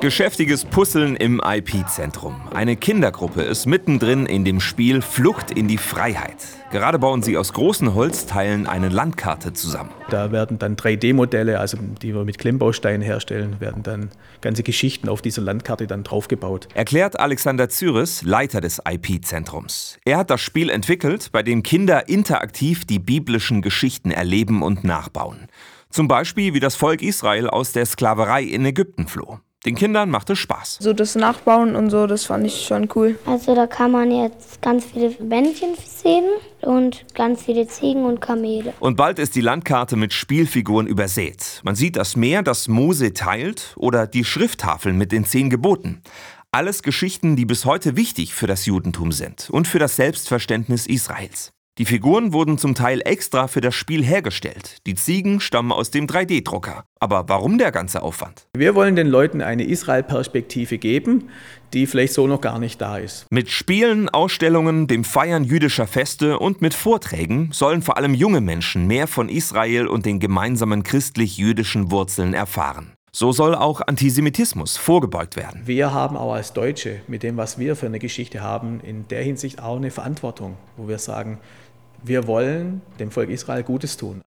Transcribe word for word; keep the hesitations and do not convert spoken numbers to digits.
Geschäftiges Puzzeln im I P-Zentrum. Eine Kindergruppe ist mittendrin in dem Spiel Flucht in die Freiheit. Gerade bauen sie aus großen Holzteilen eine Landkarte zusammen. Da werden dann drei D Modelle, also die wir mit Klemmbausteinen herstellen, werden dann ganze Geschichten auf dieser Landkarte dann draufgebaut. Erklärt Alexander Zyris, Leiter des I P-Zentrums. Er hat das Spiel entwickelt, bei dem Kinder interaktiv die biblischen Geschichten erleben und nachbauen. Zum Beispiel, wie das Volk Israel aus der Sklaverei in Ägypten floh. Den Kindern macht es Spaß. So das Nachbauen und so, das fand ich schon cool. Also da kann man jetzt ganz viele Männchen sehen und ganz viele Ziegen und Kamele. Und bald ist die Landkarte mit Spielfiguren übersät. Man sieht das Meer, das Mose teilt, oder die Schrifttafeln mit den zehn Geboten. Alles Geschichten, die bis heute wichtig für das Judentum sind und für das Selbstverständnis Israels. Die Figuren wurden zum Teil extra für das Spiel hergestellt. Die Ziegen stammen aus dem drei D Drucker. Aber warum der ganze Aufwand? Wir wollen den Leuten eine Israel-Perspektive geben, die vielleicht so noch gar nicht da ist. Mit Spielen, Ausstellungen, dem Feiern jüdischer Feste und mit Vorträgen sollen vor allem junge Menschen mehr von Israel und den gemeinsamen christlich-jüdischen Wurzeln erfahren. So soll auch Antisemitismus vorgebeugt werden. Wir haben auch als Deutsche, mit dem, was wir für eine Geschichte haben, in der Hinsicht auch eine Verantwortung, wo wir sagen, wir wollen dem Volk Israel Gutes tun.